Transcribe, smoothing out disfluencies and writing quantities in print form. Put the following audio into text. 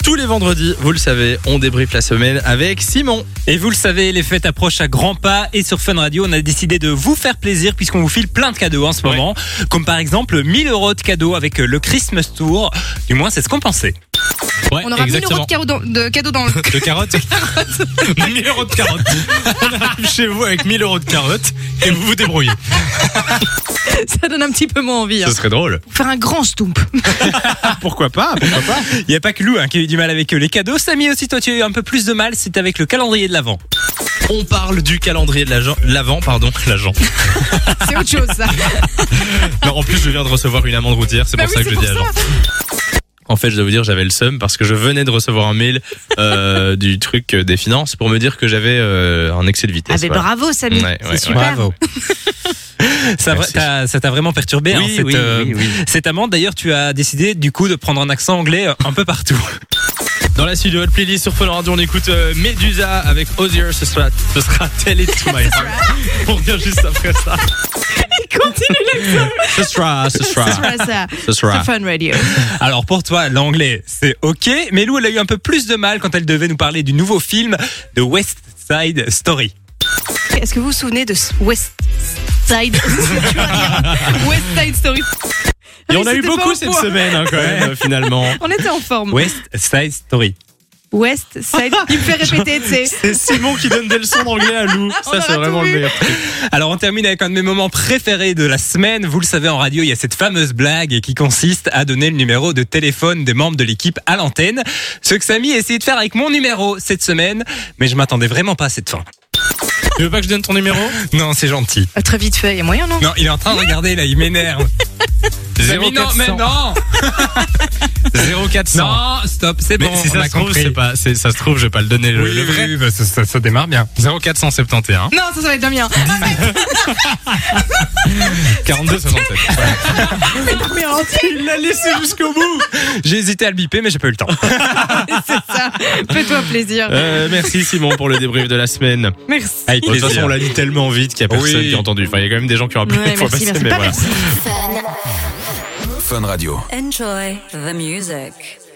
Tous les vendredis, vous le savez, on débriefe la semaine avec Simon. Et vous le savez, les fêtes approchent à grands pas et sur Fun Radio, on a décidé de vous faire plaisir puisqu'on vous file plein de cadeaux en ce moment. Comme par exemple 1000 € de cadeaux avec le Christmas Tour. Du moins, c'est ce qu'on pensait. Ouais, On aura 1000 exactement. € de cadeaux dans le... De carottes 1000 € de carottes. On arrive chez vous avec 1000 € de carottes et vous vous débrouillez. Ça donne un petit peu moins envie. Ce serait drôle. Faire un grand stomp. Pourquoi pas. Il n'y a pas que Lou qui a eu du mal avec les cadeaux. Samy aussi, toi tu as eu un peu plus de mal, c'est avec le calendrier de l'Avent. On parle du calendrier de l'Avent. C'est autre chose, ça. Non, en plus, je viens de recevoir une amende routière, c'est pour ça que je dis agent. En fait, je dois vous dire, j'avais le seum parce que je venais de recevoir un mail du truc des finances pour me dire que j'avais un excès de vitesse. Ah, mais bravo, Samy. Ouais, c'est super. Bravo. Ça t'a vraiment perturbé Oui. cette amende. D'ailleurs, tu as décidé du coup de prendre un accent anglais un peu partout. Dans la suite de votre playlist sur Fun Radio, on écoute Medusa avec Osier, ce sera Tell It To My Heart. On revient juste après ça. Il continue l'accent. Ce sera. C'est Fun Radio. Alors pour toi, l'anglais, c'est ok, mais Lou, elle a eu un peu plus de mal quand elle devait nous parler du nouveau film de West Side Story. Est-ce que vous vous souvenez de West Side West Side Story. Et on a eu C'était beaucoup pas au cette point. semaine quand même, finalement. On était en forme. West Side Story. West Side. Il me fait répéter, tu sais. C'est Simon qui donne des leçons d'anglais à Lou. Ça, aura c'est vraiment tout le vu. meilleur truc. Alors on termine avec un de mes moments préférés de la semaine. Vous le savez, en radio, il y a cette fameuse blague qui consiste à donner le numéro de téléphone des membres de l'équipe à l'antenne. Ce que Samy a essayé de faire avec mon numéro cette semaine, mais je m'attendais vraiment pas à cette fin. Tu veux pas que je donne ton numéro? Non, c'est gentil. Très vite fait, il y a moyen, non? Non, il est en train de regarder là, il m'énerve. Samy, non, mais non 0400. Non, stop, c'est Mais bon. si on ça a se trouve, compris. ça se trouve, je vais pas le donner le vrai. Oui, bah, ça démarre bien. 0471 Non, ça va être le mien. 42 67. Il l'a laissé jusqu'au bout. J'ai hésité à le biper, mais j'ai pas eu le temps. C'est ça. Fais-toi plaisir. Merci Simon pour le débrief de la semaine. Merci. Avec De toute plaisir. façon, on l'a dit tellement vite qu'il y a personne Oui. qui a entendu. Enfin, il y a quand même des gens qui ont appelé Ouais, une fois merci, passé, merci. mais Pas voilà. merci. Fun Radio. Enjoy the music.